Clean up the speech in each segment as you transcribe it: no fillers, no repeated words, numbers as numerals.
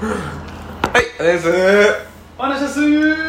はい、お願いします。 お願いします。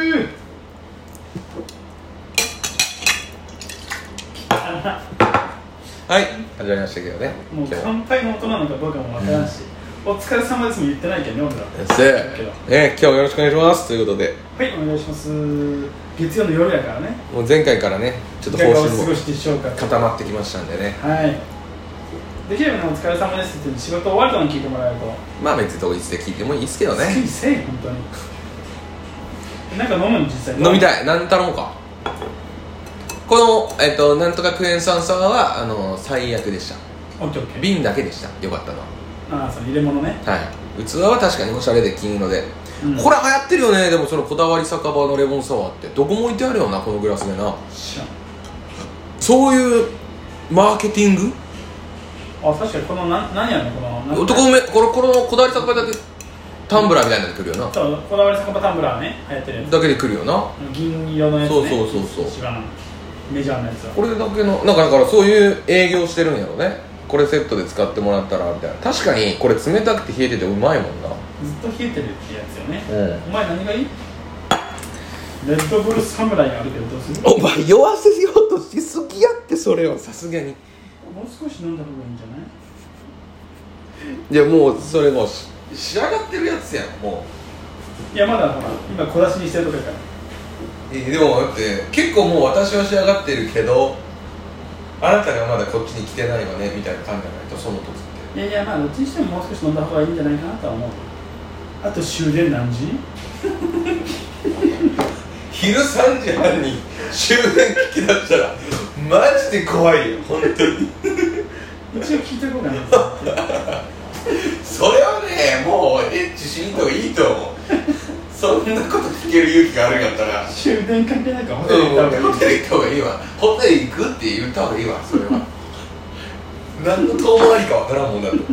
はい、始まりましたけどね。 もう乾杯の音なのかどうかもわからんし、お疲れ様ですも言ってないけどね、俺ら。 今日もよろしくお願いしますということで。 はい、お願いします。月曜の夜やからね。 もう前回からね、ちょっと方針も固まってきましたんでね。 はい。できればね、お疲れ様ですって仕事終わるのに聞いてもらえると。 まあ別に当日で聞いてもいいですけどね。 好きにせえ、本当に。なんか飲むの実際。 飲みたい。何頼もうか。このなんとかクエン酸サワーは最悪でした。 オッケーオッケー。 瓶だけでした。よかったのは。 ああ、その入れ物ね。 はい。器は確かにおしゃれで金色で、 うん、 これ流行ってるよね。でもそのこだわり酒場のレモンサワーってどこも置いてあるよな、このグラスでな。そういうマーケティング。 あ、確かにこの何やねん、この男梅、このこだわり酒場だけタンブラーみたいなので来るよな。 そう、こだわり酒場タンブラーね、流行ってるやつだけで来るよな。 銀色のやつね。 そう一番メジャーなやつはこれだけの、だからそういう営業してるんやろね。これセットで使ってもらったらみたいな。確かにこれ冷たくて冷えててうまいもんな。 ずっと冷えてるってやつよね。 お前何がいい？レッドブルサムライあるけどどうする？ お前酔わせようとしすぎやって。それはさすがにもう少し飲んだ方がいいんじゃない？ いやもうそれもう仕上がってるやつやん。もういやまだほら今小出しにしてるとこやから。 でもだって結構もう私は仕上がってるけどあなたがまだこっちに来てないわねみたいな感じじゃないと、その時って。 いやまあどっちにしてももう少し飲んだ方がいいんじゃないかなとは思う。あと終電何時？ 昼3時半に終電聞き出したらマジで怖いよ本当に。 一応聞いておこうかな。 それはね、もうエッチしんといいと思う。そんなこと聞ける勇気があるんやったら終電関係ないからホテル行った方がいい。 ホテル行った方がいいわ。ホテル行くって言った方がいいわ。それは何の遠回りかわからんもんだと。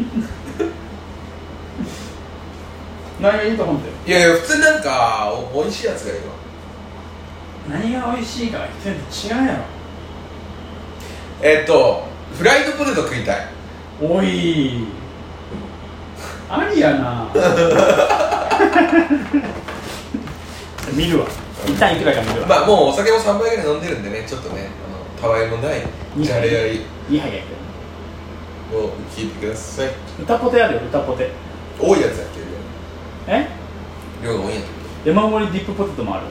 何がいいと思ってる？ いや普通になんかおいしいやつがいいわ。 何が美味しいか全然違うやろ。フライドポテト食いたい。 おいありやな。見るわ。一旦いくらか見るわ。 まあもうお酒も3杯ぐらい飲んでるんでね、ちょっとねたわいもないじゃれ合い 2杯やけどを聞いてください。 歌ポテあるよ。歌ポテ多いやつやっけ？量が多いんやっけ？ 山盛りディップポテトもある。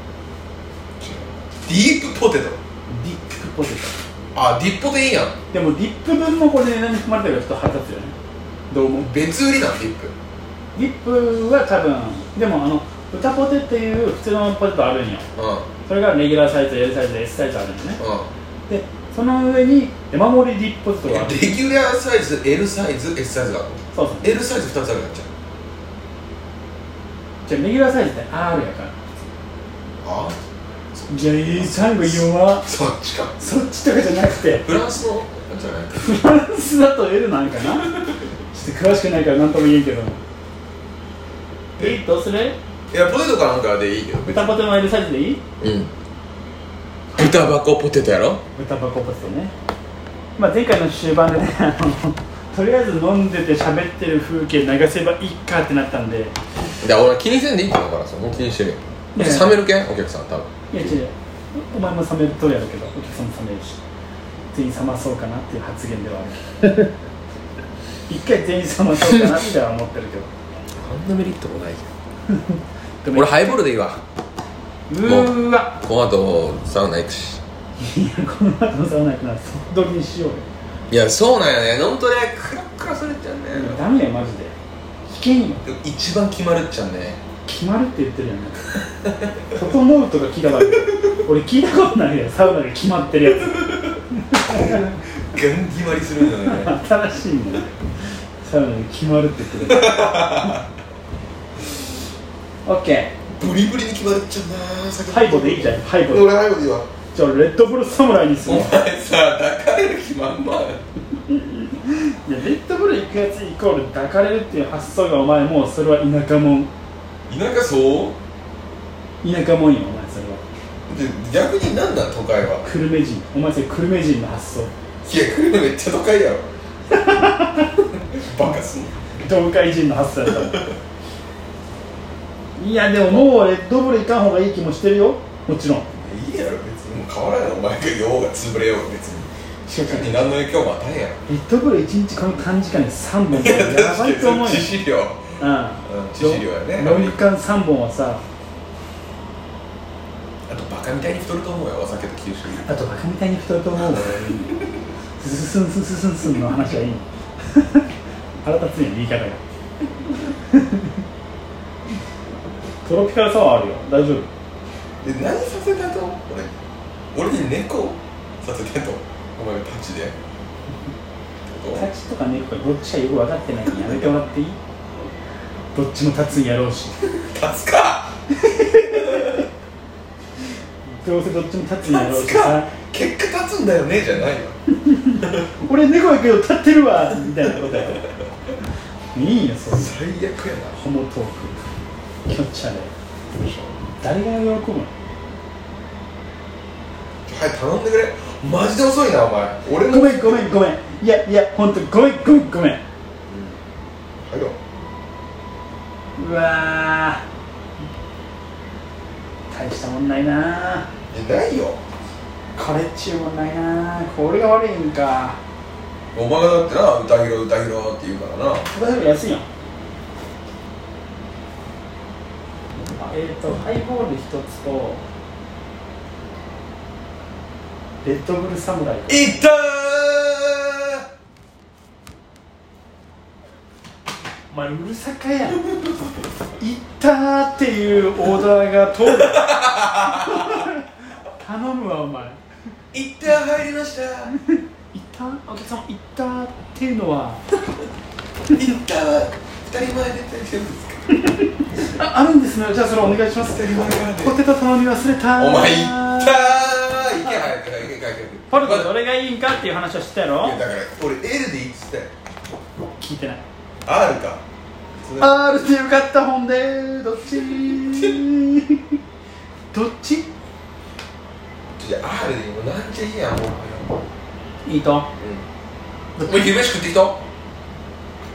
ディープポテト。 ディップポテト。 あ、ディップでいいやん。 でもディップ分もこれ値段に含まれてるからちょっと腹立つよね。どう思う？ 別売りなんディップ。 ディップは多分でも歌ポテっていう普通のポテトあるんよ。それがレギュラーサイズ、L サイズ、S サイズあるんよね。でその上に山盛りディップポテトがある。 レギュラーサイズ、L サイズ、S サイズがある。 そうそう。 L サイズ2つあるやん。 じゃあレギュラーサイズって R やから。 あじゃあ最後弱。 そっちか。 そっちとかじゃなくてフランスのじゃない。 フランスだと L なんかな。ちょっと詳しくないから何とも言えんけど。どうする？ いやポテトかなんかでいいけど。 豚ポテの L サイズでいい？ うん。豚箱ポテトやろ。 豚箱ポテトね。まあ前回の終盤でねとりあえず飲んでて喋ってる風景流せばいいかってなったんで。 いや俺気にせんでいいって言うからさ、もう気にしてるよ。冷めるけんお客さん多分。 いや違う、お前も冷めるとやるけどお客さんも冷めるし全員冷まそうかなっていう発言ではある。一回全員冷まそうかなっては思ってるけどあんなメリットもないじゃん。俺ハイボールでいいわ。 うわこの後サウナ行くし。 いやこの後サウナ行くならその時にしようよ。 いやそうなんやね。飲むとねクラックラされちゃうね。 ダメよマジで。危険よ。 でも一番決まるっちゃうね。 決まるって言ってるやん。整うとか聞いたことあるけど俺聞いたことないよサウナで決まってるやつ。 ガン決まりするんだよね。 新しいんだよサウナで決まるって言ってる。オッケー。ブリブリに決まるっちゃうな。 ハイボでいいじゃん。ハイボで。 俺ハイボでいいわ。 じゃあレッドブルサムライにする。 お前さ抱かれる気満々。 いやレッドブル行くやつイコール抱かれるっていう発想がお前もうそれは田舎もん。 田舎そう田舎もんよお前それは。 で逆に何なん都会は。 久留米人。お前それ久留米人の発想。 いや久留米めっちゃ都会やろ。バカすんの。 東海人の発想やった。 いやでももうレッドブルいかん方がいい気もしてるよ、もちろん。 いいやろ別に、もう変わらないよ、お前が用が潰れようが別に社会に何の影響も与えんやろ。 レッドブル1日この短時間で3本やばいと思うよ。 致死量、致死量やね。 飲み缶3本はさ、 あとバカみたいに太ると思うよ、お酒と吸収。 あとバカみたいに太ると思うよススンスンスンスンの話はいい腹立つねん言い方がトロピカルサワーあるよ、大丈夫。 何させたと俺に猫させたと、お前がタッチでタッチとか猫どっちかよく分かってないのにやめてもらっていい？どっちも立つんやろうし立つかどうせどっちも立つんやろうしさ、 結果立つんだよねじゃないよ俺猫やけど立ってるわみたいなことやろいいよ、それ最悪やな。 ホモトーク気持ち悪い。誰が喜ぶの？ はい頼んでくれ、マジで遅いなお前。俺もごめんいや本当ごめんはいよ。うわー大したもんないな。 ないよ、 これっちゅうもんないな。これが悪いんか。 お前がだってな、歌ひろって言うからな。 これより安いやん。ハイボール一つとレッドブルサムライ。 いったー。 お前うるさかやんいったーっていうオーダーが通る頼むわお前。 いったー入りましたいったーお客さんいったーっていうのはいったー当たり前で大丈夫ですかあるんですね。じゃあそれお願いします。 当たり前なんで。 ポテト頼み忘れたー。 お前いったー。いけ早くパルコどれがいいんかっていう話をしてたやろ。 いやだから俺 L でいいっつったよ。 聞いてない。 R か R でよかった。ほんでどっちどっちじゃあ R で今なんちゃいいやんもう。 いいと。 お前昼飯食ってきた？ 食った。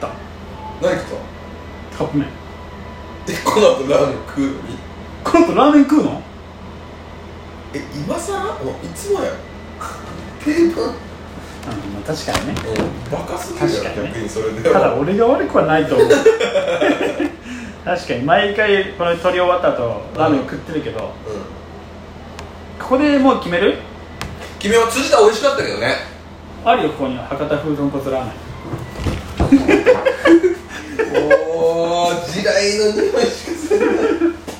何食った？ カップ麺。 この後ラーメン食うのに？ この後ラーメン食うの？ 今さら？いつもやん定番。 まあ確かにね。 バカすぎるやろ逆にそれで。 ただ俺が悪くはないと思う確かに毎回この撮り終わった後ラーメン食ってるけど、ここでもう決める？ 君は辻田美味しかったけどね。 あるよ、ここには博多風豚骨ラーメンおー、地雷の匂いしかするない。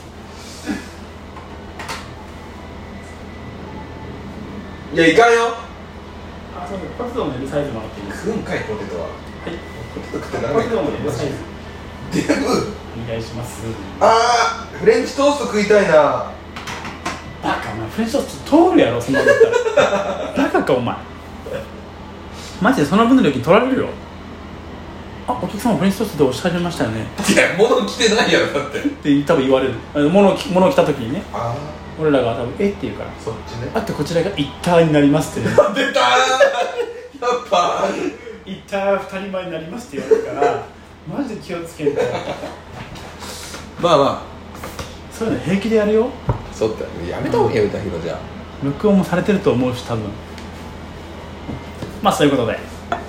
いや、いかんよ。 あ、そうそう、ポテトも L サイズもらっていいですか？ 食うんかい、ポテトは。 はい、 ポテト食ってラーポメンテトも L サイズデブ。 お願いします。 あー、フレンチトースト食いたいな。 バカ、お前フレンチトースト通るやろ、そんなの言ったらバカか、お前マジでその分の料金取られるよ。あ、お客様フレンチトーストでおっしゃいましたよね。 いや、物着てないやろ、だってって多分言われる。物着た時にね、 あ俺らが多分えって言うから、 ー、そっちね。 あとこちらが一ターになりますってね出たー。やっぱ一ター2人前になりますって言われるからマジで気をつけんと。 まあまそういうの平気でやるよ。 あ、そうってやめた方がいいよ、歌ひろじゃ。 録音もされてると思うし、多分。まあそういうことで、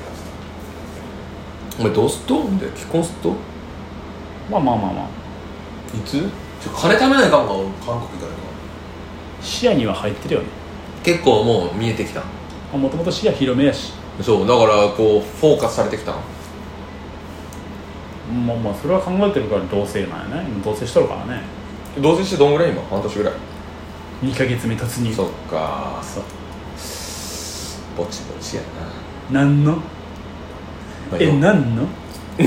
お前どうすっとんで結婚すっと？ まあいつ？金貯めないかんか、俺韓国行かないか。 視野には入ってるよね。 結構もう見えてきた。 もともと視野広めやし、 そうだからこうフォーカスされてきた。 まあそれは考えてるから同棲なんやね。同棲しとるからね。 同棲してどんぐらい今？半年ぐらい。 2ヶ月目突入。 そっか。 そう。 ぼちぼちやなんの？ な。 なんの？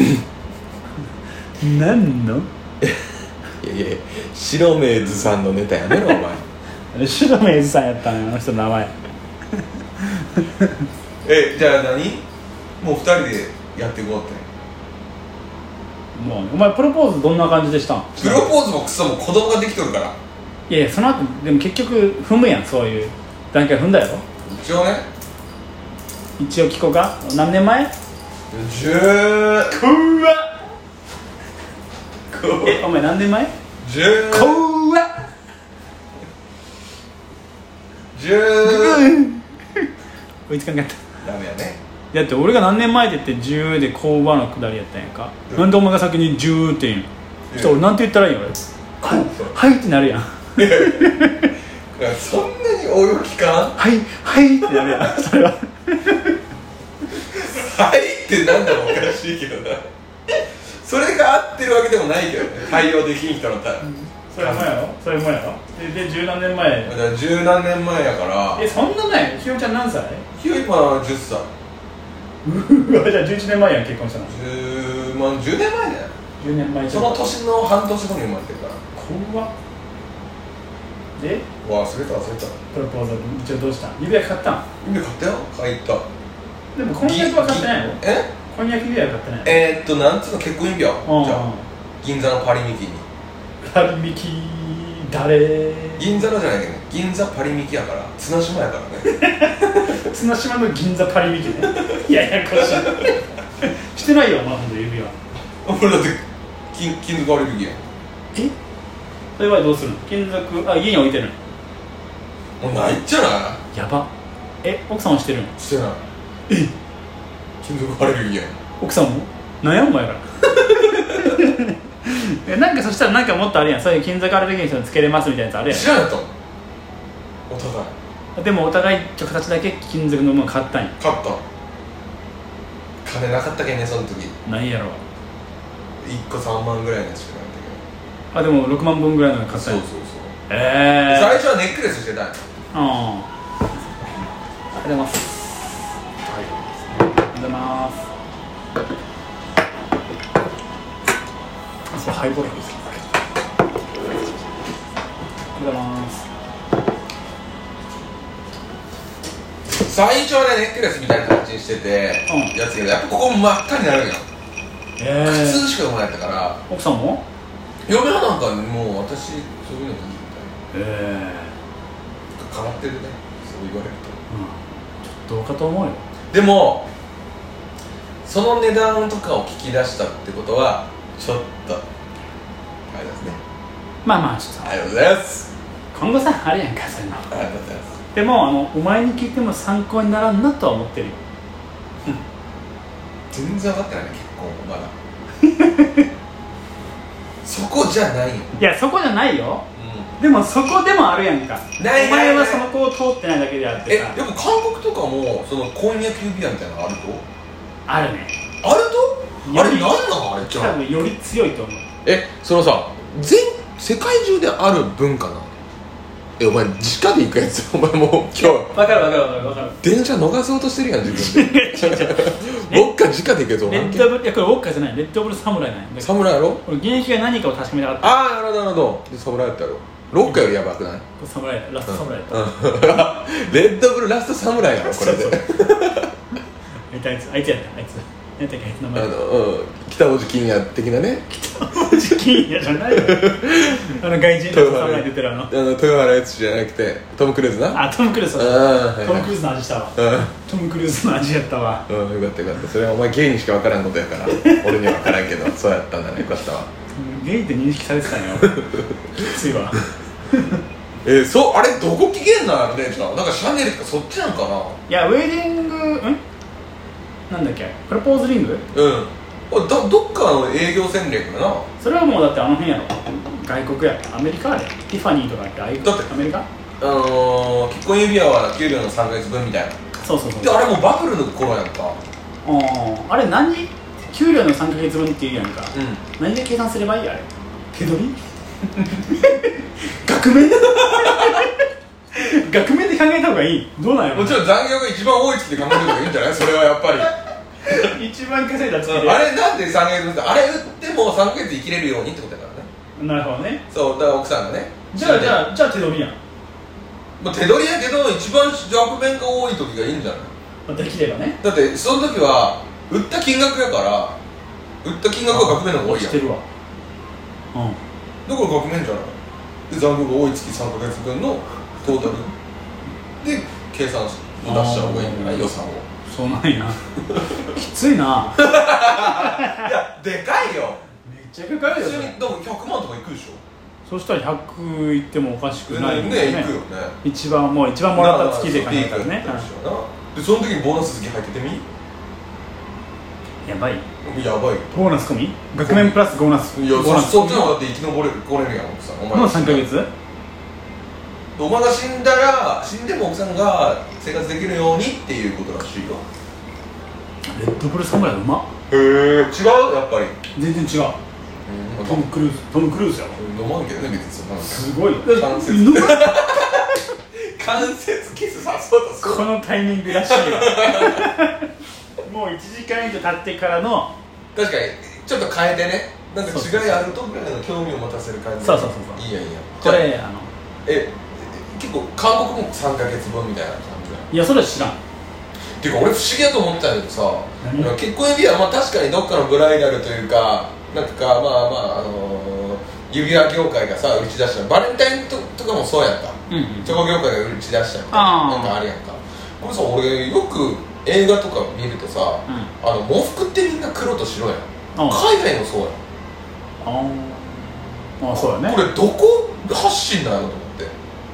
なんの？ いや白明図さんのネタやめろお前。 白明治さんやったのよ、あの人の名前じゃあ何？もう2人でやっていこうって。 もうお前プロポーズどんな感じでしたん？ プロポーズもクソも子供ができとるから。 いやその後でも結局踏むやん、そういう段階踏んだやろ。 一応ね。 一応聞こうか。何年前？ 10。 お前何年前？ 10 怖っ 10 追いつかなかったダメやね。 だって俺が何年前でって10で工場のくだりやったんやんか、なんでお前が先に10って言うの、そしたら俺なんて言ったらいいん俺はいってなるやんそんなに応用期間はいはいってなるやんそれははいってなんだろうおかしいけどなそれが合ってるわけでもないけどね、対応できん人のそれもやろそれもやろで十何年前だから十何年前やからそんな前ひよちゃん何歳ひよ今10歳うわじゃあ11年前やん結婚したの 10年前だよ 10年前その年の半年後に生まれてるから怖っで忘れたプロポーズ一応どうした指輪買ったん指輪買ったよ買ったでも婚約は買ってないの婚約指輪は買ってないなんつうの結婚指輪じゃあ銀座のパリミキにパリミキ誰銀座のじゃないけどね銀座パリミキやから綱島やからね綱島の銀座パリミキねややこしいしてないよまだ指輪俺だって金属割引やそれはどうするの金属家に置いてるのもうないっちゃないやば奥さんはしてるのしてない金属割引や奥さんもなんやお前らなんかそしたらなんかもっとあるやんそういう金属アレルギーの人につけれますみたいなやつあるやん知らんやったお互いでもお互い形だけ金属のもの買ったんや買った金なかったけんねその時何やろ 1個3万ぐらいのやつしかなかったけどでも6万本ぐらいの買ったんやそう最初はネックレスしてたんやありがとうございますありがとうございますそうハイボールですありがとうございます最初はねネックレスみたいな形にしてて、やつけどやっぱここ真っ赤になるんよ普通しか読まないったから奥さんも嫁はなんかもう私そういうのいいみたいな変わってるねそう言われると、 ちょっとどうかと思うよでもその値段とかを聞き出したってことはちょっとあれですねまあちょっとありがとうございます今後さあれやんかそういうのありがとうございますでもお前に聞いても参考にならんなとは思ってるよ全然分かってないね結婚まだそこじゃないよいやそこじゃないよ、でもそこでもあるやんかお前はその子を通ってないだけであってさでも韓国とかもその婚約指輪みたいなのあるとあるねあるとあれ何なのあれじゃ多分より強いと思うそのさ世界中である文化なのお前直で行くやつお前もう今日分かる電車逃そうとしてるやん自分でウォッカ直で行くやつお前レッドブルいやこれウォッカじゃないレッドブル侍なんや侍やろ俺現役が何かを確かめたかったなるほどで侍やったやろロッカよりやばくない侍ラスト侍やったレッドブルラスト侍やろこれであいつやった何やったっけあいつの名前北大路欣也的なね北大路欣也じゃないよ外人の侍出てる豊原悦司じゃなくてトム・クルーズなトム・クルーズトム・クルーズの味したわトム・クルーズの味やったわよかったそれはお前ゲイにしか分からんことやから俺には分からんけどそうやったんだねよかったわゲイって認識されてたんよきついわあれどこ期限なのねじゃあなんかシャネルとかそっちなんかないやウェディングなんだっけプロポーズリングどっかの営業戦略だなそれはもうだってあの辺やろ外国やアメリカでティファニーとかってだってアメリカ結婚指輪は給料の3ヶ月分みたいなそうであれもうバブルの頃やんかあれ給料の3ヶ月分っていうやんか、何で計算すればいいあれ手取り額面額面で考えた方がいいどうなんやろもちろん残業が一番多い月で考えた方がいいんじゃないそれはやっぱり一番稼いだ月であれなんで3ヶ月分ってあれ売っても3ヶ月生きれるようにってことだからねなるほどねそうだから奥さんがねじゃあ手取りやん手取りやけど一番額面が多い時がいいんじゃないできればねだってその時は売った金額やから売った金額は額面の方が多いやんしてるわだから額面じゃないで残業が多い月3ヶ月分のトータルで計算を出した方がいいんじゃない予算をそうなんやきついないやでかいよめっちゃかかるよ普通にでも100万とかいくでしょそしたら100いってもおかしくないもんね。いくよね。 一番もらった月で考えたらね。 でその時にボーナス月入っててみ。 やばい。 ボーナス込み？額面プラスボーナス。 いや、そっちの方がだって生き残れるやん奥さん。お前の3ヶ月？ お前が死んでも奥さんが生活できるようにっていうことらしいよ。 レッドブルサムライうまっ。 へえ、違うやっぱり。 全然違う。トム・クルーズやろ。 飲まんけどね別にそんなの。 すごい。 関節キスさそうとする。 このタイミングらしいよ。もう1時間以上経ってからの。 確かにちょっと変えてね。なんか違いあるとぐらいの興味を持たせる感じ。 そう。 いやこれ結構韓国も3ヶ月分みたいな感じだよ。 いやそれは知らん。 っていうか俺不思議だと思ってたんだけどさ、結婚指輪はまあ確かにどっかのブライダルというかなんか指輪業界がさ打ち出したバレンタインとかもそうやんか、チョコ業界が打ち出したみたいななんかあるやんか。これさ俺よく映画とか見るとさ、喪服ってみんな黒と白やん。海外もそうやん。 そうやね。 これどこ発信なのと思って、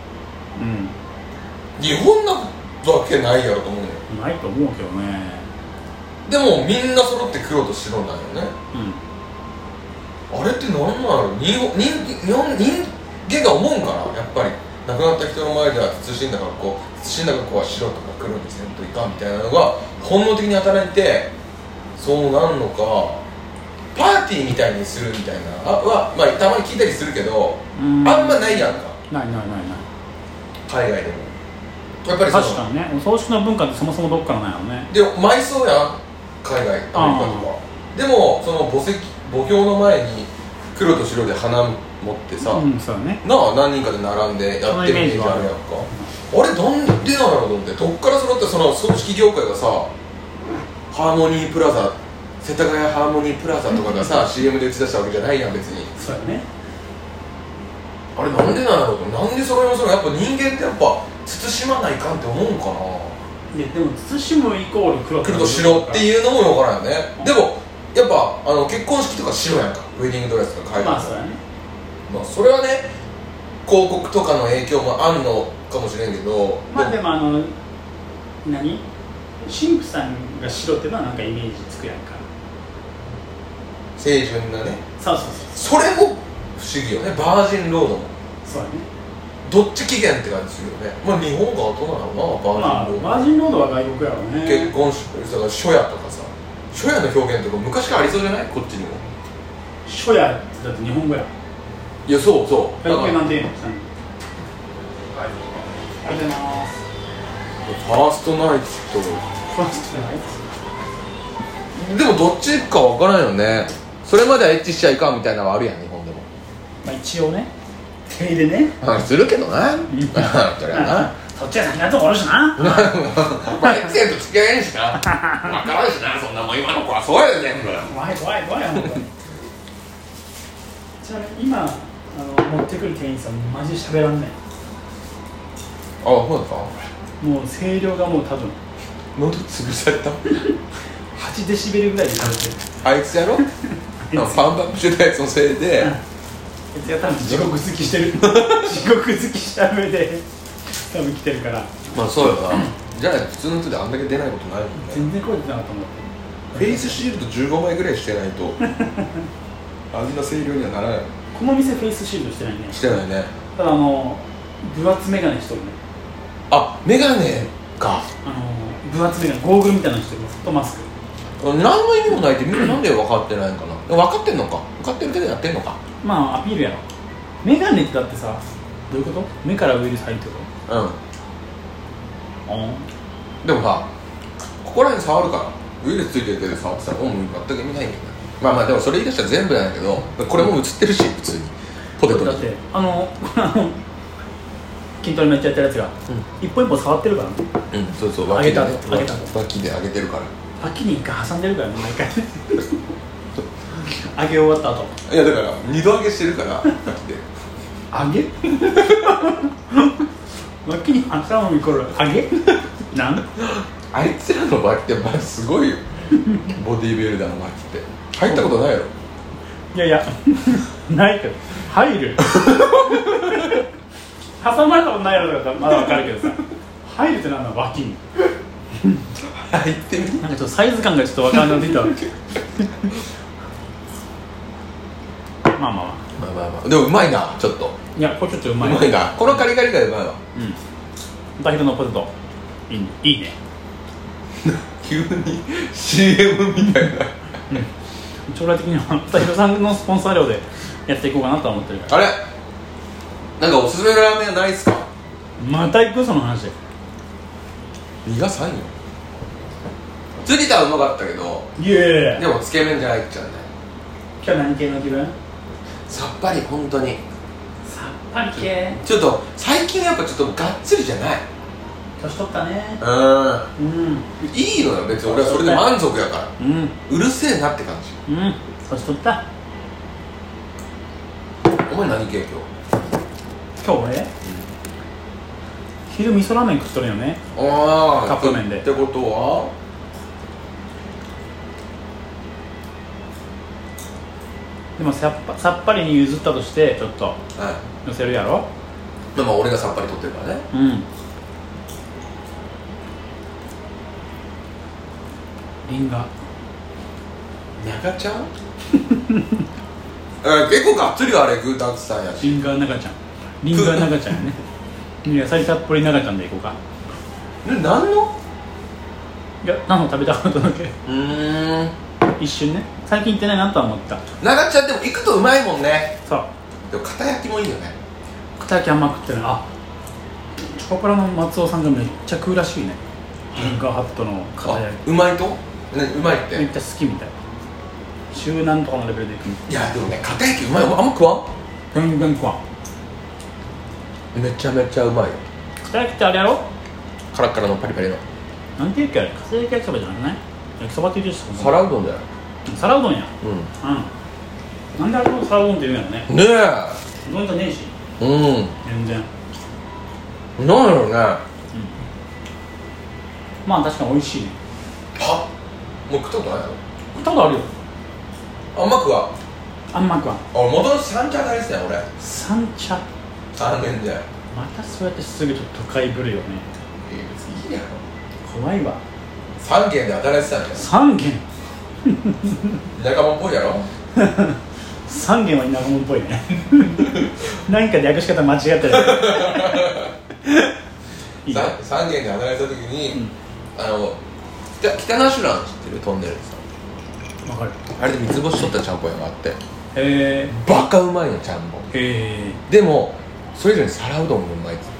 日本なわけないやろと思うよ。 ないと思うけどね。 でもみんな揃って黒と白なんよね。あれって何なの？人間が思うんかな。やっぱり亡くなった人の前では慎んだ格好は白とか黒にせんといかんみたいなのが本能的に働いてそうなんのか、パーティーみたいにするみたいなはまあたまに聞いたりするけど、あんまないやんか。 ない海外でもやっぱり確かにね。お葬式の文化ってそもそもどっからなんやろね。 で埋葬やん海外、アメリカとかでもその墓標の前に黒と白で花持ってさ、 そうね、 何人かで並んでやってるイメージあるやんか。あれなんでなのと思って、どっから揃ってその葬式業界がさ、ハーモニープラザ、世田谷ハーモニープラザとかがさCM で打ち出したわけじゃないやん別に。 そうやね。 あれなんでなのと、なんでそれもやっぱ人間ってやっぱ慎まないかんって思うんかな。 いやでも慎むイコール黒と白っていうのも分からんよね。でもやっぱ結婚式とか白やんか、ウェディングドレスとか書いてある。 そうやね。 それはね広告とかの影響もあんのかもしれんけど、 でも神父さんが白っていうのはなんかイメージつくやんか。 清純なね。 そうそれも不思議よね。バージンロードもそうやね。 どっち起源って感じするよね。日本が後なのかな、 バージンロードは外国やろね。 結婚式初夜とかさ、初夜の表現とか昔からありそうじゃない？こっちにも初夜ってだって日本語や。 いやそう外国なんて言うの？ ありがとうございます。 ファーストナイトでもどっちか分からんよね。それまではエッチしちゃいかんみたいなのはあるやん日本でも。 一応ね手でねするけどなそれはなそっちは先だとおるしなまあエッチと付き合えんしな分からんしな、そんなもん今の子はそうやで全部怖い本当に。ちなみに今持ってくる店員さんマジで喋らんねん。 そうですか。 もう声量がもう多分喉潰された 8デシベルぐらいで喋ってる。 あいつやろパンパンしてたやつのせいで、 あいつが多分地獄好きしてる地獄好きした上で多分来てるから。 そうよなじゃあ普通の人であんだけ出ないことないもんね。 全然声出なかったもん。フェイスシールド15枚ぐらいしてないとあんな声量にはならない。 この店フェイスシールドしてないね。 してないね。 ただ分厚メガネしとるね。 メガネか。 分厚メガネ、ゴーグルみたいなのしてるとマスク。 何の意味もないってみんななんで分かってないんかな。分かってんのか、分かってるけどやってんのか。 アピールやろ。メガネってだってさ、どういうこと？目からウイルス入るってこと？ でもさ、ここら辺触るからウイルスついてるけど触ってたら全く意味ないんだよね。でもそれ言い出したら全部なんだけど、これも映ってるし普通にポテトに。 だって筋トレめっちゃやってるやつが、一歩一歩触ってるからね。 そう上げたと脇で上げてるから。 脇に一回挟んでるからね毎回上げ終わった後。 いやだから二度上げしてるから脇で上げ脇に挟むイコール上げあいつらの脇ってすごいよボディービルダーの脇って入ったことないやろ。 いやいやないけど入る挟まれたことないやろだったらまだ分かるけどさ入るってなんだ脇に入ってみなんかちょっとサイズ感がちょっと分からなくなってきたわまあまあまあでもうまいなちょっと。 いやこれちょっとうまいなこのカリカリがうまいわ。 タヒロのポテトいいね急に CM みたいな将来的にはタヒロさんのスポンサー料でやっていこうかなとは思ってるから。 あれなんかおすすめのラーメンはないっすか？ また行くその話で苦さんよ。次たはうまかったけどいやでもつけ麺じゃないっちゃうね。 今日何系の気分？ さっぱり本当にさっぱり系。 ちょっと最近やっぱちょっとがっつりじゃない。 年取ったね。 いいのよ別に俺はそれで満足やから。うるせえなって感じ。 年取った。 お前何系今日俺、昼味噌ラーメン食っとるよね。 ああカップ麺でってことはでもさっぱりに譲ったとしてちょっと乗せるやろ。 でも俺がさっぱりとってるからね。 リンガ中ちゃん結構がっつりあれ具だくさんやし。 リンガ中ちゃんやね野菜たっぷり中ちゃんでいこうか。 何の？ いや何の食べたかっただけ。一瞬ね最近行ってないなとは思った。 長ちゃんでも行くとうまいもんね。 そうでも片焼きもいいよね。 片焼きあんま食ってない。チョコプラの松尾さんがめっちゃ食うらしいね。リンガーハットの片焼きうまいと？うまいってめっちゃ好きみたい。週何とかのレベルでいく。 いやでもね片焼きうまい。あんま食わん？ 全然食わん。 めちゃめちゃうまいよ。 片焼きってあれやろ？ カラッカラのパリパリのなんていうっけあれ、片焼き焼きそばじゃなくない？焼きそばって言うし皿うどんだよ。 皿うどんや。なんであれの皿うどんって言うんやろね。 ねえうどんじゃねえし全然なんやろうね。 まあ確かに美味しいね。 もう食ったことないの？ 食ったことあるよ。 あんま食わん。 あんま食わん。 俺元々三茶大好きだよ俺。 三茶 3年でまたそうやってすぐちょっと都会ぶるよね。 別にいいやろ。 怖いわ。 3軒で働いてたんだよ。 3軒田舎者っぽいやろ。 3軒は田舎者っぽいねなんか略し方間違ってる 3軒で働いてた時に、北ナシュラン知ってる？トンネルでさわかる。 あれで三つ星取ったちゃんぽん屋があって、 バカうまいのちゃんぽん。でもそれ以上に皿うどんもうまいっつって、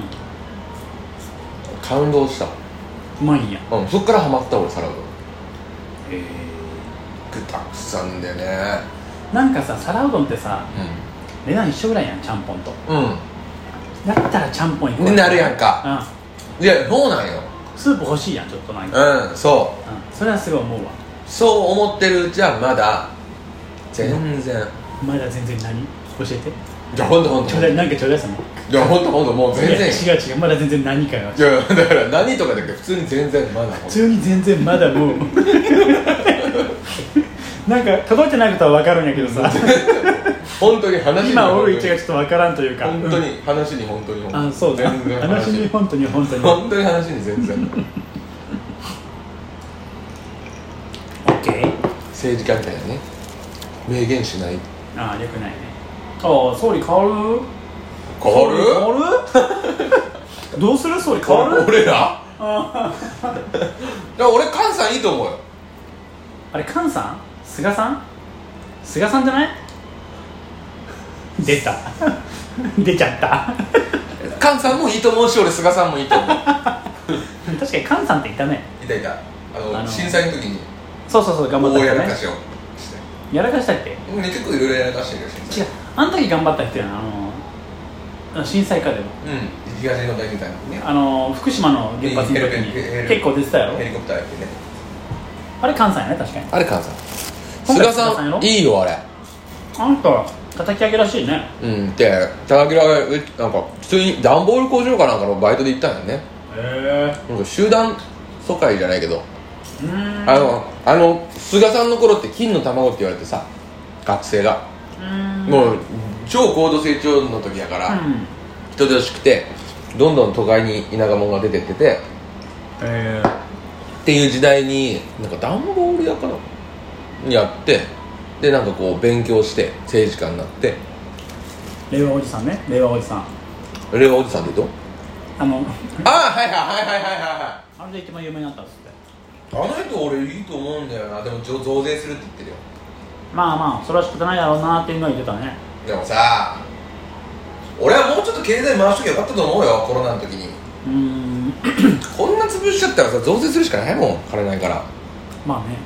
感動した。 うまいんや。 そっからハマった俺皿うどん。具だくさんでね。 なんかさ皿うどんってさ、値段一緒ぐらいやんちゃんぽんと。だったらちゃんぽん行こうなるやんか。いやそうなんよ。 スープ欲しいやんちょっとなんか。 そう、 それはすごい思うわ。 そう思ってるうちはまだ全然何教えて。 じゃあほんとちょうだいなんかちょうだいさんの。 いやほんともう全然違うまだ全然何かが。 いやだから何とかだけど普通に全然まだ普通に全然まだもうなんか届いてないことは分かるんやけどさ本当に話に今おる位置がちょっと分からんというか本当に話に本当にそうだ全然話に本当に話に全然 OK 政治家みたいなね明言しない。 よくないね。総理変わるどうする総理変わる？ 俺ら俺菅さんいいと思うよ。 あれ菅さん？菅さんじゃない？出た出ちゃった菅さんもいいと思うし俺菅さんもいいと思う確かに菅さんっていたね。 いた震災の時にそう頑張った人ね。 大やらかしをしてやらかしたっけ？ 結構いろいろやらかしてるよ。 違うあの時頑張った人やな。震災下でも東日本大震災の時ね。 福島の原発の時に結構出てたやろ。 ヘリコプターやってね。 あれ関西やね確かに。 あれ関西。菅さんいいよあれ。 あんた叩き上げらしいね。 で叩き上げなんか普通に段ボール工場かなんかのバイトで行ったんよね。なんか集団疎開じゃないけど菅さんの頃って金の卵って言われてさ学生がもう超高度成長の時やから、人手欲しくてどんどん都会に田舎者が出てってて、っていう時代になんか段ボール屋かなやって、でなんかこう勉強して政治家になって、 令和おじさんね、令和おじさん。 令和おじさんって言うとはいはいあれで一番有名になったんですって。 あの人俺いいと思うんだよな。でも増税するって言ってるよ。 まあまあそれは仕方ないだろうなっていうのは言ってたね。 でもさ、俺はもうちょっと経済回しときゃよかったと思うよ、コロナの時に。こんな潰しちゃったらさ、増税するしかないもん、金ないから。 まあね、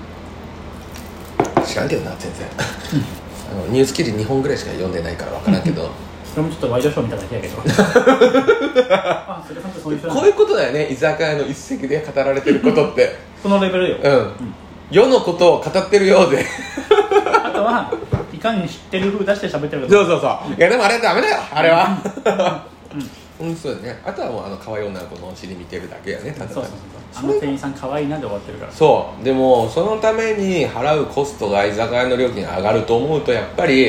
知らんけどな、全然ニュース記事2本ぐらいしか読んでないから分からんけどそれもちょっとワイドショー見ただけやけどあ、それ本当そういう人なんだ。 こういうことだよね、居酒屋の一席で語られてることってそのレベルよ。 世のことを語ってるようであとはいかに知ってる風出して喋ってるか。 そういやでもあれはダメだよ、あれはそうだね。あとはもう可愛い女の子のお尻見てるだけやね。ただそうあの店員さん可愛いなで終わってるから。 そうでもそのために払うコストが居酒屋の料金が上がると思うと、やっぱり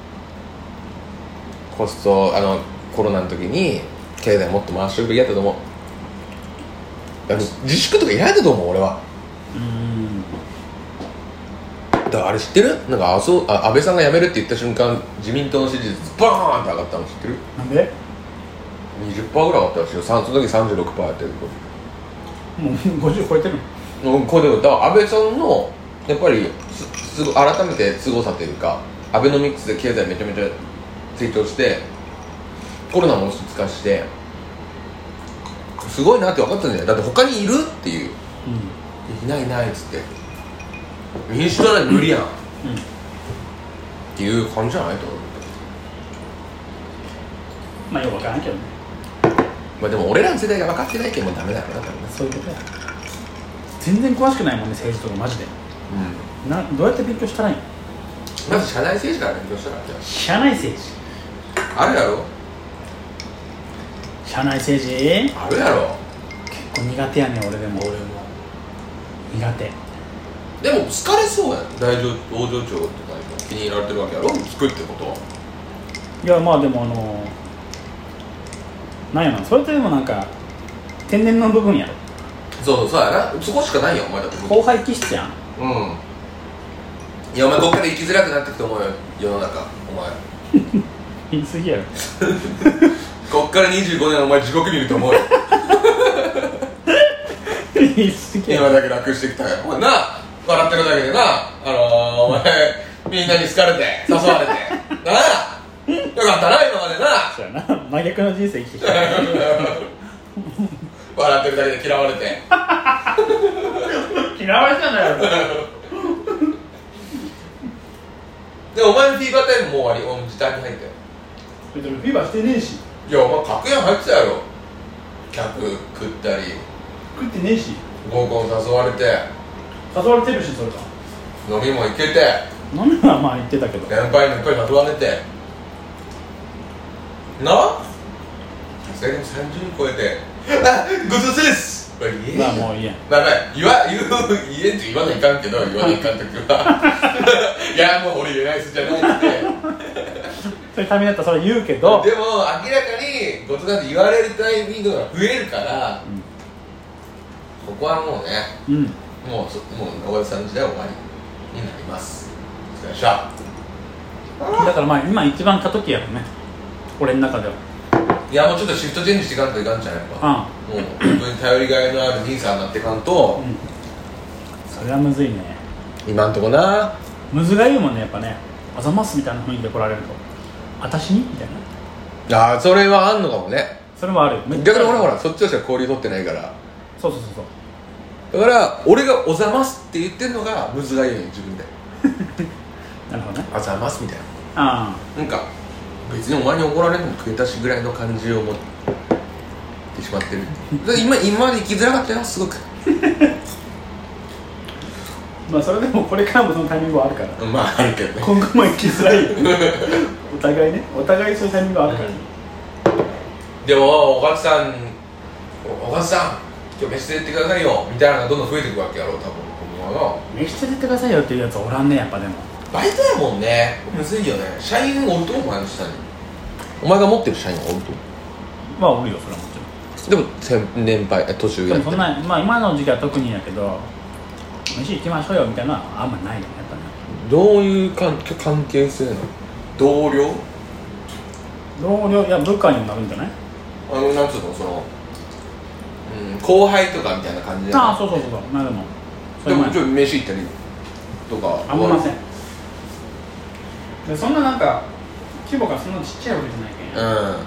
コストコロナの時に経済もっと回しておくべきやったと思う。自粛とかいらないと思う俺は。だからあれ知ってる？なんか安倍さんが辞めるって言った瞬間、自民党の支持率バーンって上がったの知ってる？ なんで ？20% ぐらい上がったらしいよ。その時 36% やってる。 もう50超えてるの。これだから安倍さんのやっぱり改めて凄さというか、アベノミクスで経済めちゃめちゃ成長してコロナも落ち着かしてすごいなって分かったんじゃない？だって他にいるっていう、いないっつって民主党なんて無理やん、っていう感じじゃないと思う。 まあよく分からんけどね。 まあでも俺らの世代が分かってないけどもうダメだよな、多分ね。 そういうことや。全然詳しくないもんね、政治とかマジで。どうやって勉強したらいいの？ まず社内政治から勉強したらいいんじゃん。 社内政治あるやろ。 社内政治あるやろ。 結構苦手やね。俺も苦手。 でも疲れそうやん。大丈夫、往生長とか気に入られてるわけやろ、作ってことは。 いやまあでもなんやな、それってでもなんか天然の部分やろ。 そうやな、そこしかないよお前だって。 後輩気質やん。 いやお前こっから生きづらくなってくと思うよ、世の中。お前言い過ぎやろこっから25年お前地獄見ると思うよ言い過ぎやろ。 今だけ楽してきたよお前な。笑ってるだけでな、お前みんなに好かれて誘われてなあ、よかったな今までな。 そうやな、真逆の人生生きてきた笑ってるだけで嫌われて嫌われたんだよでお前のフィーバータイムもう終わり、俺も時短に入ったよ。 別にフィーバーしてねえし。 いやお前格屋入ってたやろ。客食ったり食ってねえし。 合コン誘われて誘われてるし、それか飲みも行けて、 飲みはまあ言ってたけど、 先輩にいっぱい誘われてな。それでも30超えてあ、ごちそうさまです。 まあもういいやん。 まあ言えんって言わないかんけど、言わないかんときはいやもう俺言えないっすじゃないってそういうタイミングだったらそれ言うけど、 でも明らかにごちそうさまって言われるタイミングが増えるから、ここはもうね、もう小田さんの時代は終わりになります。お疲れ様でした。 だからまあ今一番過渡期やろね、俺の中では。 いやもうちょっとシフトチェンジしていかんといかんじゃん、やっぱ。もう本当に頼りがいのある兄さんになっていかんと、 それはむずいね。 今んとこな。 むずが言うもんね、やっぱね。あざますみたいな雰囲気で来られると、あたしにみたいな。 ああ、それはあんのかもね。 それもある。 逆に俺ほらそっちとしては交流取ってないから。 そうだから俺がおざますって言ってんのがむずがゆいよ、自分でなるほどね。 あざますみたいな。 なんか別にお前に怒られるのも食えたしぐらいの感じを持ってしまってる今まで生きづらかったよ、すごくまあそれでもこれからもそのタイミングはあるからまああるけどね、 今後も生きづらいお互いね、お互いそういうタイミングはあるから、 でもおかつさん今日飯連れてってくださいよみたいなのがどんどん増えていくわけやろ、多分。 飯連れてってくださいよっていうやつはおらんね、やっぱ。でもバイトやもんね。むずいよね。社員おるとお前の下に。お前が持ってる社員はおると。 まあおるよ、それはもちろん。でも年配年上やってる。 でもそんな、まあ今の時期は特にやけど、飯行きましょうよみたいなのはあんまないよね、やっぱね。 どういう関係性なの？同僚？ いや部下にもなるんじゃない？ なんつうの、その、後輩とかみたいな感じで。 ああ、そうまあでもちょっと飯行ったりとかあんませんで、そんななんか規模がそんなちっちゃいわけじゃないけん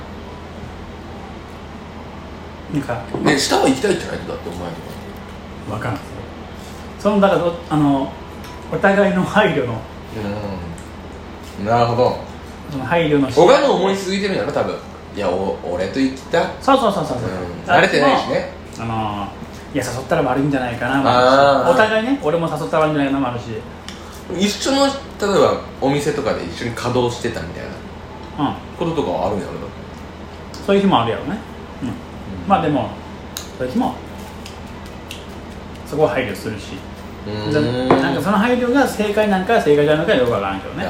なんかね、下は行きたいってないとだってお前とか分からんそのだからお互いの配慮のなるほど、 その配慮の他の思いすぎてるんやろ多分。いや俺と行った。 そう、 慣れてないしね。 いや誘ったら悪いんじゃないかな、お互いね、俺も誘ったら悪いんじゃないかなもあるし、 一緒の例えばお店とかで一緒に稼働してたみたいなこととかはあるんやろ。 そういう日もあるやろね、まあでもそういう日もそこは配慮するし、なんかその配慮が正解なんか正解じゃないのかよくわからんけどね。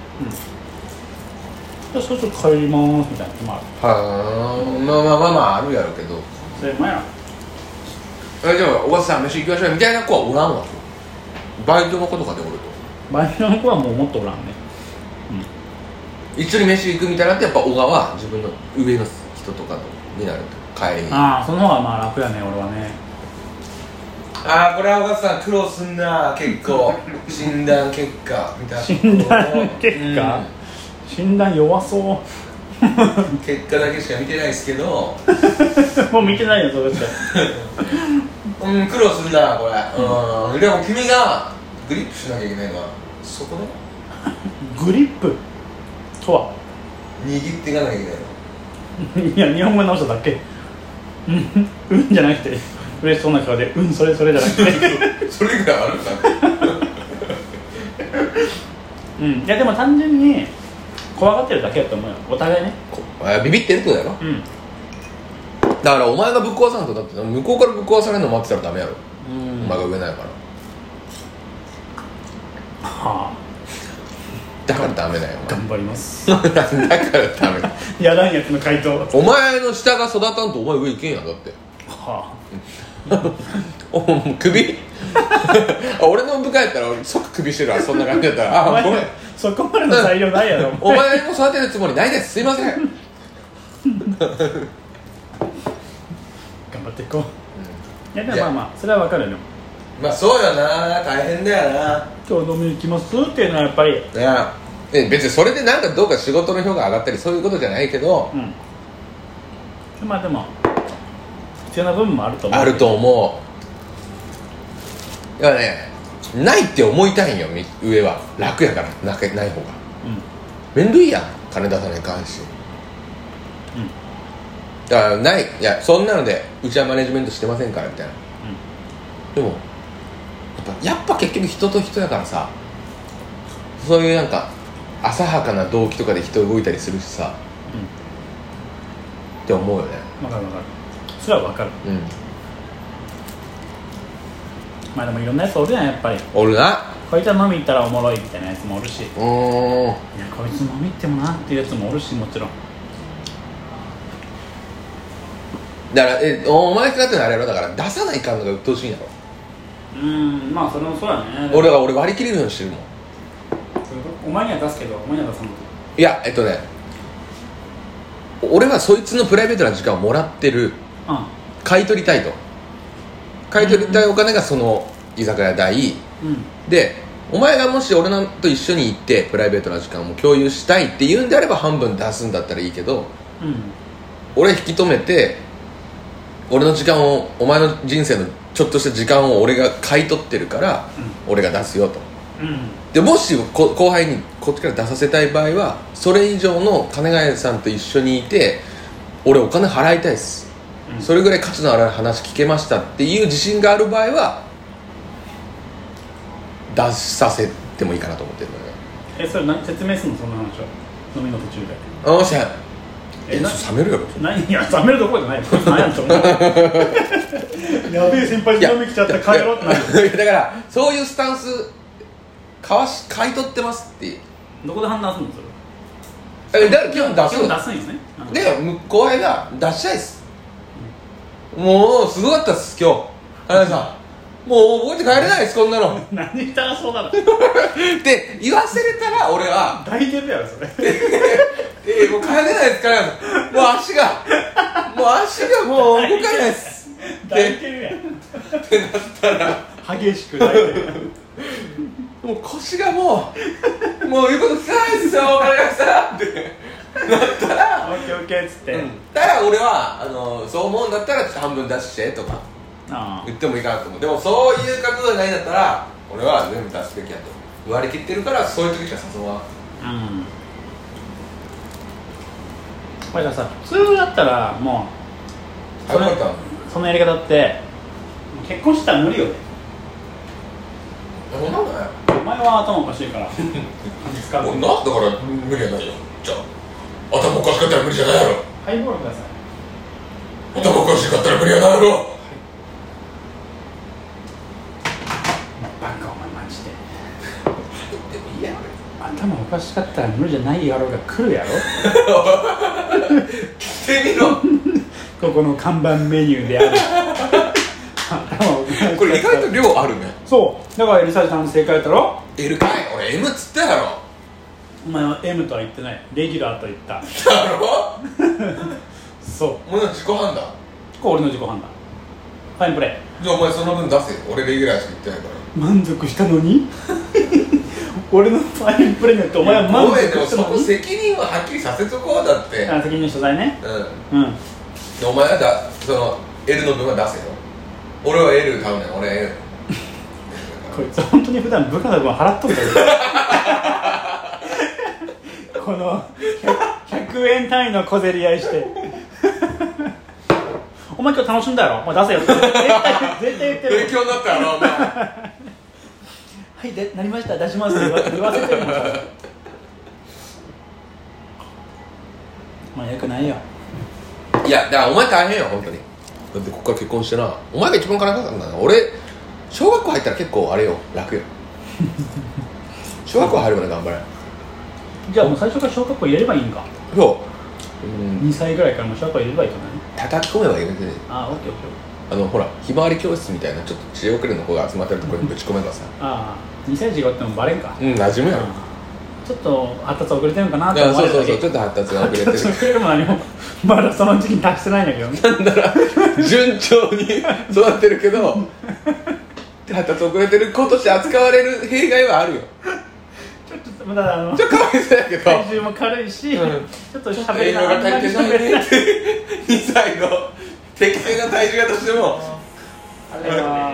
そうすると帰りますみたいな日もある。 まああるやろうけど、 それもやじゃあおばさん飯行きましょうみたいな子はおらんわ。バイトの子とかでおると。 バイトの子はもうもっとおらんね。 一緒に飯行くみたいなってやっぱ小川は自分の上の人とかになると帰りに。 ああ、その方がまあ楽やね、俺はね。 ああ、これはおばさん苦労すんな結構診断結果みたいな。 診断結果、診断弱そう結果だけしか見てないですけどもう見てないよ、それって苦労するなこれ。でも君がグリップしなきゃいけないのはそこでグリップとは握っていかなきゃいけないの。 いや、日本語直しただけじゃなくて嬉しそうな顔でそれじゃなくてそれぐらいあるかいやでも単純に怖がってるだけだと思うよ、お互いね。 ビビってるってことやろ。だからお前がぶっ壊さんと、だって向こうからぶっ壊されるの待ってたらダメやろ。お前が上ないからだからダメだよ。 頑張りますだからダメやらんやつの回答。 お前の下が育たんとお前上行けんやん。だって首俺の部下やったら俺即首してるわ。そんな感じやったらごめん、 そこまでの裁量ないやろお前も育てるつもりないです、すいません頑張っていこう、いやでもまあそれは分かるよ。 まあそうよな、大変だよな。 今日飲みに行きますっていうのはやっぱり、 いや別にそれでなんかどうか仕事の評価上がったりそういうことじゃないけど、 まあでも必要な部分もあると思う。 あると思う。だからね、ないって思いたいんよ。上は楽やからない方が、面倒いやん、金出さないかんし、だからない、いやそんなのでうちはマネジメントしてませんからみたいな、でもやっぱ結局人と人やからさ、そういうなんか浅はかな動機とかで人動いたりするしさ、って思うよね。 分かるそれは分かる。まあでもいろんなやつおるやん、やっぱり。 おるな。 こいつは飲み行ったらおもろいみたいなやつもおるし、いやこいつ飲み行ってもなっていうやつもおるし、もちろん。 だからお前かってのはあれやろ、だから出さないかんのが鬱陶しいんやろ。 まあそれもそうやね。 俺割り切れるようにしてるもん。 お前には出すけどお前には出さない。 いや俺はそいつのプライベートな時間をもらってる、買い取りたいと、買い取りたいお金がその居酒屋代、でお前がもし俺と一緒に行ってプライベートな時間を共有したいって言うんであれば半分出すんだったらいいけど、俺引き止めて俺の時間を、お前の人生のちょっとした時間を俺が買い取ってるから、俺が出すよと、でもし後輩にこっちから出させたい場合はそれ以上の金ヶ谷さんと一緒にいて俺お金払いたいです、それぐらい価値のある話聞けましたっていう自信がある場合は出させてもいいかなと思ってるのね。 それ何説明するの、そんな話は飲みの途中で。 おっしゃ冷めるやろ。 いや冷めるところじゃない何やんと思うやべえ先輩飲み来ちゃった帰ろうってなるだからそういうスタンス買い取ってますってどこで判断するのそれ？ だから基本出すんよね、 で後輩が出したいです、もうすごかったっす今日花さんもう覚えて帰れないですこんなの何したそうだろって言わせれたら俺は大デブやろそれもう帰れないですからもう足がもう動かないです大デブやってなったら激しく大デブもう腰がもう言うこと聞かないですよ分かりましたってなったらオッケーオッケーっつって、 だから俺はそう思うんだったらちょっと半分出してとか言ってもいいかなと思う。でもそういう覚悟がないんだったら俺は全部出すべきやと割り切ってるからそういう時しか誘わん。 これがさ普通だったらもうそのやり方って結婚したら無理よね。 なんだよお前は頭おかしいからだから無理やないよ。じゃあ頭おかしかったら無理じゃないやろ。 ハイボールください。 頭おかしかったら無理やないやろ。 バカお前マジででもいいやろ。 頭おかしかったら無理じゃないやろが来るやろ来てみろここの看板メニューであるこれ意外と量あるね。 そうだから L サイズさん正解やったろ。 L かい俺 M っつったやろ。 お前は M とは言ってない、レギュラーと言っただろそうお前の自己判断。 これ俺の自己判断。ファインプレー。 じゃあお前その分出せよ。俺レギュラーしか言ってないから満足したのに俺のファインプレーによってお前は満足したのに。 そこ責任ははっきりさせとこうだって。 責任の所在ね。うん、 お前はその L の分は出せよ。俺は L 買うねん。俺 L こいつ本当に普段部下の分払っとるからこの 100円単位の小競り合いしてお前今日楽しんだやろ、お前出せよ絶対言ってる。 勉強になったやろお前はいでなりました出しますって言わせてるもんまあよくないよ。 いやだからお前大変よ本当に。だってここから結婚してな、お前が一番金かかるんだな。俺小学校入ったら結構あれよ楽よ小学校入るまで頑張れ。 じゃあもう最初から小学校入れればいいんか。 そう、 2歳ぐらいからもう小学校入れればいいかな。 叩き込めばいいわけで。 ああオッケーオッケー。 ほらひまわり教室みたいなちょっと知恵遅れの子が集まってるところにぶち込めばさああ2歳児がおってもバレんか。 馴染むやろ。 ちょっと発達遅れてるのかなって思われるだけ。そうちょっと発達が遅れてる。 発達遅れるも何もまだその時期に達してないんだけどね。 なんだら順調に育ってるけど発達遅れてる子として扱われる弊害はあるよ。 ちょっとまだちょっとかわいそうやけど体重も軽いし、ちょっと喋りがあんまり喋れないって2歳の適正な体重だとしてもあれは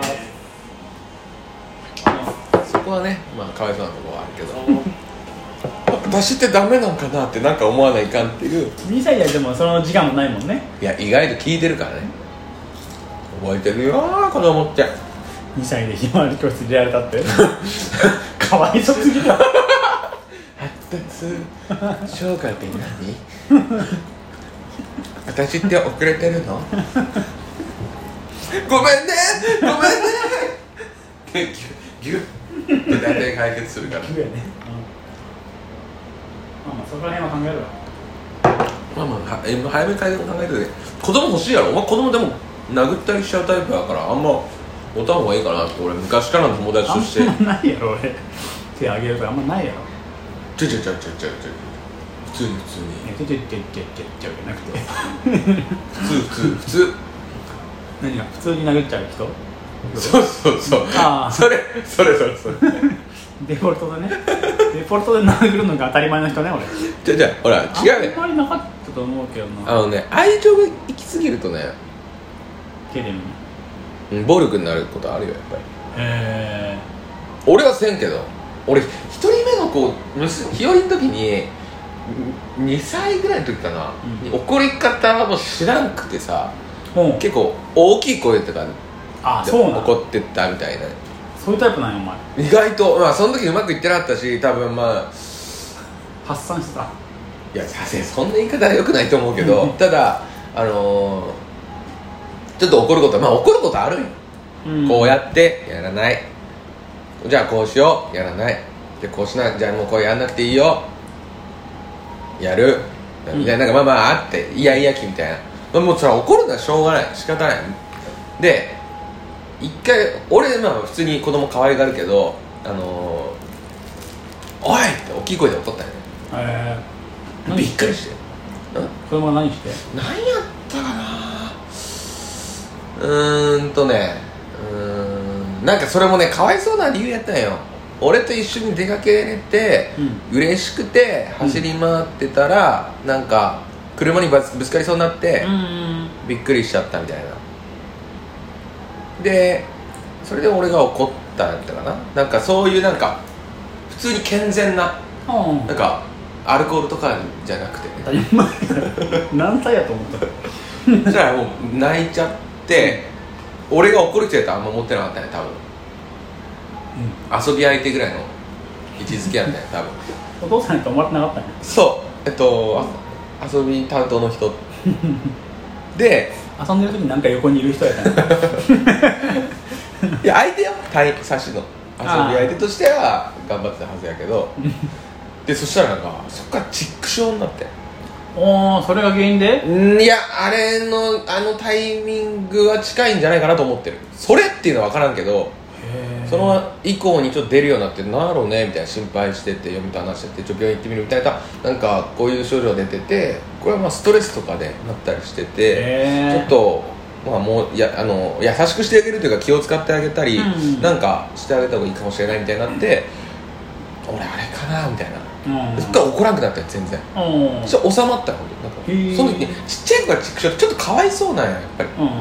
そこはねまあかわいそうなところはあるけど私ってダメなんかなってなんか思わないかんっていう。 2歳でもその時間もないもんね。 いや意外と聞いてるからね。覚えてるよ子供って。 2歳でひまわり教室入れられたってかわいそすぎだ。 発達障害って何私って遅れてるのごめんねギュッって大体解決するから。 ギュッやね。まあそこら辺は考えるわ。 まあ早めに解決考えてて子供欲しいやろ。お前子供でも殴ったりしちゃうタイプだからあんま持たん方がいいかなって俺昔からの友達として。 あんまないやろ俺手あげるからあんまないやろ。 普通にじゃなくて普通何が普通に殴っちゃう人。 そうあそれデフォルトでねデフォルトで殴るのが当たり前の人ね俺。 じゃほら違うね。 あんまりなかったと思うけどな。 愛情が行き過ぎるとね手でも暴力になることあるよやっぱり。俺はせんけど俺一人目の子日和の時に2歳ぐらいの時かな、怒り方も知らんくてさ、結構大きい声とかで怒ってったみたいな。 そういうタイプなんやお前。 意外とまあその時うまくいってなかったし多分まあ発散してた。 いやさすがにそんな言い方は良くないと思うけどただちょっと怒ること怒ることあるんよ、こうやってやらないじゃあこうしようやらないでこうしな、じゃあもうこれやんなくていいよ、やる、みたいな、なんかまああって、いやいやきみたいな、もうそれは怒るのはしょうがない、仕方ない。で一回俺まあ普通に子供可愛がるけど、おいって大きい声で怒ったよね。びっくりして。 子供は何して？ 何やったかな。なんかそれもね、かわいそうな理由やったんよ。俺と一緒に出かけれて、嬉しくて走り回ってたら、なんか車にぶつかりそうになって、びっくりしちゃったみたいな。でそれで俺が怒ったんやったかな。なんかそういうなんか普通に健全な、なんかアルコールとかじゃなくてね、 当たり前何歳やと思ったじゃあもう泣いちゃって、俺が怒る人やったらあんま思ってなかったね多分、遊び相手ぐらいの位置づけやったね多分。 お父さんやと思ってなかったね。 そう、遊び担当の人で遊んでる時になんか横にいる人やったねいや相手よ、サシの遊び相手としては頑張ってたはずやけどでそしたらなんかそっからチック症になって、 それが原因で？ いや、あのタイミングは近いんじゃないかなと思ってる。それっていうのは分からんけど、その以降にちょっと出るようになって、なんだろうねみたいな心配してて、嫁と話してて、病院行ってみるみたいな、なんかこういう症状出てて、これはまあストレスとかでなったりしてて、ちょっとまあもう優しくしてあげるというか気を使ってあげたり、なんかしてあげた方がいいかもしれないみたいになって、俺あれかなみたいな。そっから怒らなくなったよ全然。それ収まったの。なんかその時ね、ちっちゃい子がチック症ってちょっとかわいそうなんややっぱり。なんか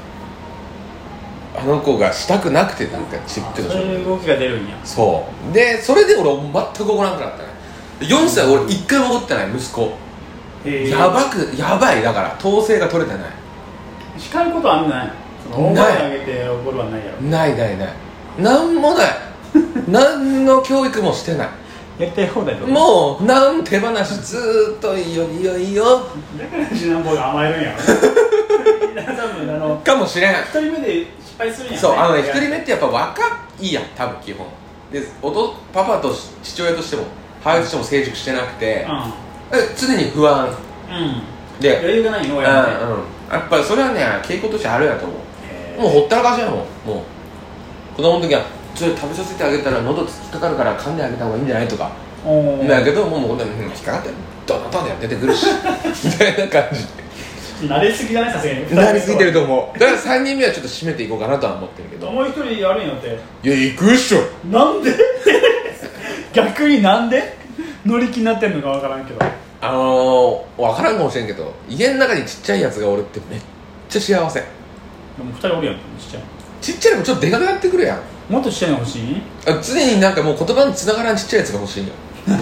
あの子がしたくなくて、なんかチックのそういう動きが出るんや。 そうで、それで俺全く怒らなくなったね。4歳俺1回も怒ってない。息子やばい。だから統制が取れてない。 叱ることはあんのない？大声上げて怒るはないやろ。 ないなんもない何の教育もしてない。 やりたい放題ともうなん手放し、ずーっといいよだから次男坊が甘えるんやろかもしれん。 1人目で失敗するんやね。 そう、1人目ってやっぱ若いやん多分基本で、パパと父親としても母親としても成熟してなくて、常に不安、 で余裕がないの親って、 やっぱりそれはね傾向としてあるやと思う。もうほったらかしやもん。もう子供の時はそれ食べさせてあげたら喉突っかかるから噛んであげた方がいいんじゃないとかだけど、もう引っかかってドンドンで出てくるしみたいな感じ慣れすぎだね、さすがに。 慣れすぎてると思う。だから3人目はちょっと締めていこうかなとは思ってるけど。 もう一人やるんやって。 いや、行くっしょ。 なんで逆になんで乗り気になってんのか分からんけど、 分からんかもしれんけど、家の中にちっちゃいやつがおるってめっちゃ幸せ。 でも2人おるやん、ちっちゃい。 ちっちゃいのもちょっとでかくなってくるやん。 もっとちっちゃいの欲しい？ 常になんかもう言葉に繋がらんちっちゃいやつが欲しいんよ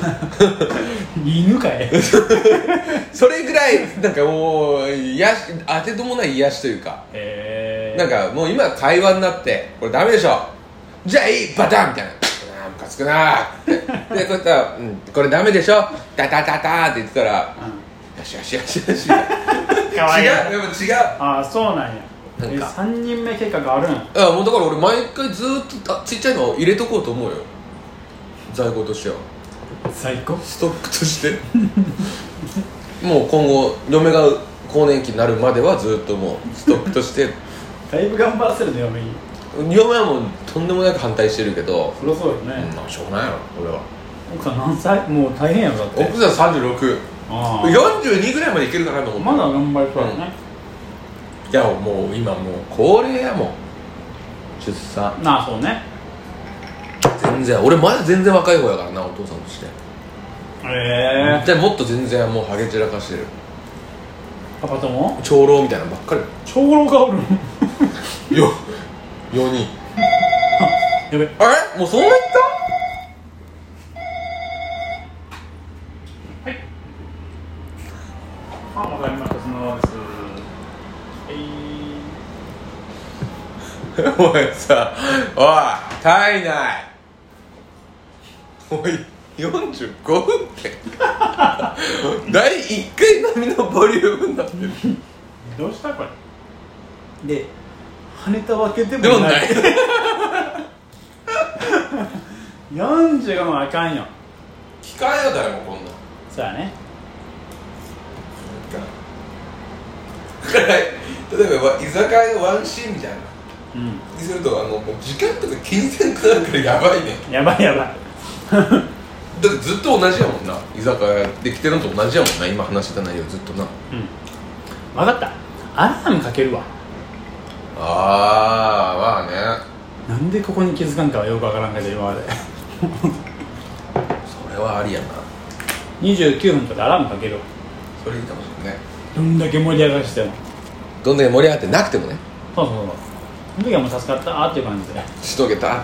犬かいそれぐらいなんかもう当てともない癒しというか、なんかもう今会話になってこれダメでしょ、じゃあいいバタンみたいな、ムカつくなーってでこうやったら、これダメでしょタタタタって言ってたら、よしよしよしよしかわいい。 違う、でも違う。 ああ、そうなんや。なんか3人目計画あるん？ もうだから俺毎回ずーっとちっちゃいのを入れとこうと思うよ、在庫としては。 在庫？ ストックとしてもう今後嫁が更年期になるまではずっともうストックとしてだいぶ頑張らせるね、嫁に。 嫁はもうとんでもなく反対してるけど、 そりゃそうよね。 しょうがないやろ俺は。 奥さん何歳？もう大変やろだって。 奥さん36、42ぐらいまでいけるかなと思って。 まだ頑張りそうだね。 いやもう今もう高齢やもん、出産。 そうね。 全然俺まだ全然若い方やからな、お父さんとして。でもっと全然もうハゲ散らかしてる。 パパとも長老みたいなのばっかり。 長老がおる 4人やべ、 あれもうそんないった。 はい、わかりました。そのままです。 お前さ、おい体内おい45分って第1回並みのボリュームになってるどうしたこれで、跳ねたわけでもない 45もあかんよ。 聞かんよ誰もこんなん。 そうやね。 例えば居酒屋のワンシーンみたいなにするともう時間とか気にせんくなるからやばいね。 やばいだってずっと同じやもんな。居酒屋できてるのと同じやもんな。今話してた内容ずっとな。 分かった。アラームかけるわ。 まあね。 なんでここに気づかんかはよくわからんけど今までそれはありやな。 29分とかでアラームかけるわ。 それいいかもしれないね。 どんだけ盛り上がしても。 どんだけ盛り上がってなくてもね。 そうその時はもう助かったっていう感じでしとけた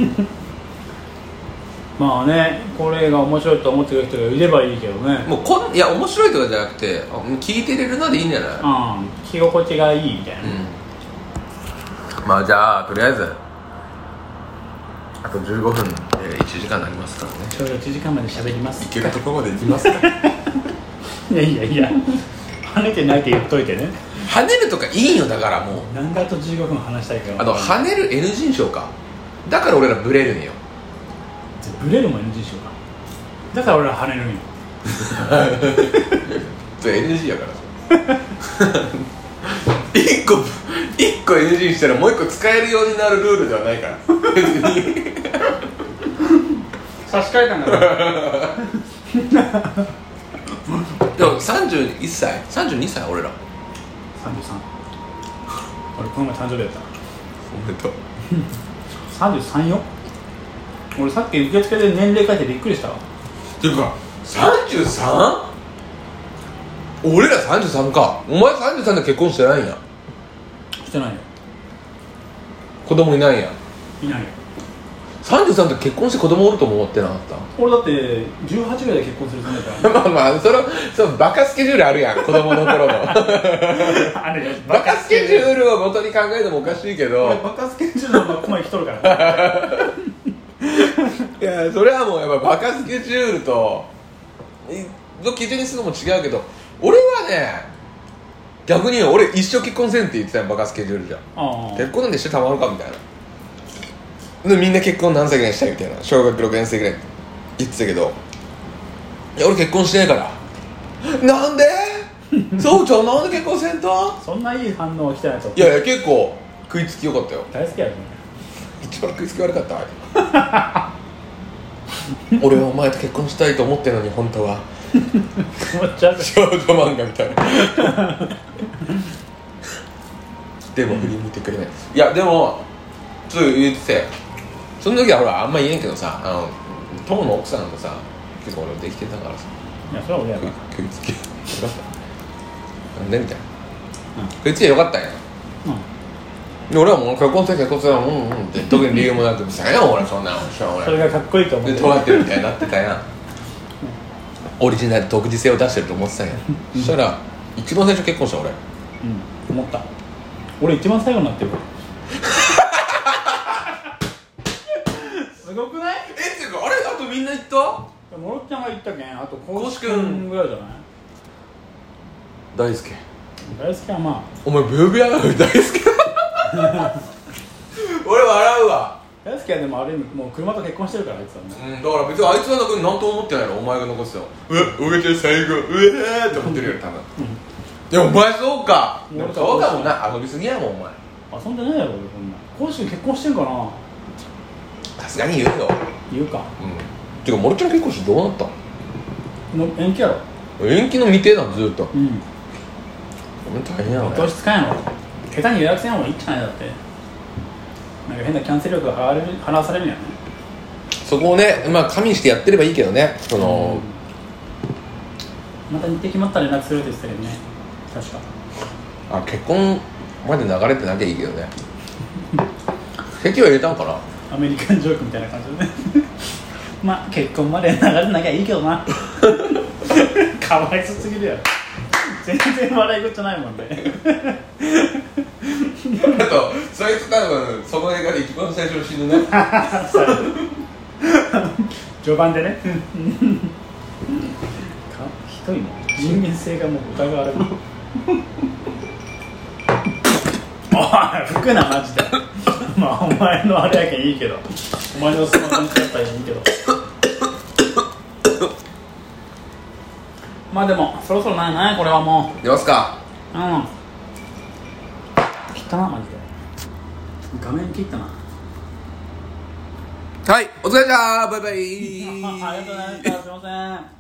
まあね、これが面白いと思ってくる人がいればいいけどね。 もういや面白いとかじゃなくて聞いてれるのでいいんじゃない？ 着心地がいいみたいな、 まあじゃあとりあえずあと15分で1時間になりますからね。 ちょうど1時間まで喋ります。 いけるところまで行きますかいや跳ねてないって言っといてね。 跳ねるとかいいんよ。だからもう何回と15分話したいけど跳ねる NG にしようか。だから俺らブレるんよ。 ブレるも NG しようか。だから俺ら跳ねるんよそれ NG やから1個 NG にしたらもう1個使えるようになるルールではないから差し替えたんだからでも31歳32歳俺ら 33。俺この前誕生日だった。 おめでとう 33よ。俺さっき受付で年齢書いてびっくりしたわ。 っていうか 33？ 俺ら33か。お前33で結婚してないんや。 してないよ。 子供いないんや。 いないよ。 33で結婚して子供おるとも思ってなかった。 俺だって18ぐらいで結婚するつもりだからまあそのバカスケジュールあるやん子供の頃のあれバカスケジュールを元に考えてもおかしいけど俺バカスケジュールのこまで来とるからいやそれはもうやっぱバカスケジュールとの基準にするのも違うけど、俺はね逆に俺一生結婚せんって言ってたよ。バカスケジュールじゃ結婚なんてしてたまるかみたいな。でみんな結婚何歳ぐらいにしたいみたいな小学6年生ぐらい言ってたけど、いや俺結婚してないからなんでそうちゃんなんで結婚せんとそんないい反応来てないと。 いや結構食いつきよかったよ。 大好きやろね。 一番食いつき悪かった俺はお前と結婚したいと思ってるのに本当は気持ち悪い少女漫画みたいなでも振り向いてくれない。いやでもちょっと言ってて、その時はほらあんま言えんけどさ、友の奥さんとさ結構俺できてたからさ。 いやそれは俺やから食いつきよかったなんでみたいな、食いつきよかったんや。で俺はもう結婚してって特に理由もなくてさやん俺そんなのそれがかっこいいと思ってで尖ってるみたいになってたやんオリジナル独自性を出してると思ってたんやそしたら一番最初結婚した俺思った。俺一番最後になってるすごくない？ っていうかあれあとみんな行った？ モロちゃんが言ったけん、あとコウシ君ぐらいじゃない？ 大輔大輔はまあお前ブヨブヨなのに大輔俺笑うわ。 大輔はでもある意味もう車と結婚してるからあいつはね。 だから別にあいつは何とも思ってないの。お前が残すよ俺ちゃん最後って思ってるよ多分でもお前そうかそうかもな遊びすぎやもんお前。 遊んでないやろ俺こんな。コウシ君結婚してんかな。 さすがに言うよ。 言うか。 てかモロちゃん結婚式どうなったの？ 延期やろ。 延期の未定なのずっと。ごめん大変やろね。 投資使えんやろ。下手に予約せん方がいいんじゃないだって。なんか変なキャンセル料が払わされるんやね。 そこをねまあ加味してやってればいいけどね。 また日程決まったら連絡するって言ってたけどね。確か結婚まで流れてなきゃいいけどね席は入れたんかな。 アメリカンジョークみたいな感じでねまあ結婚まで流れなきゃいいけどなかわいそすぎるやろ。全然笑い事ないもんねあとそいつ多分その映画で一番最初に死ぬね序盤でねひどいね。人間性がもう疑われるあ吹くなマジでまあお前のあれやけんいいけど、お前のその感じだったらいいけどまあでもそろそろないこれはも出ますか。 う切ったなマジで、画面切ったな。 はい、お疲れ様、バイバイありがとうございました。すいません。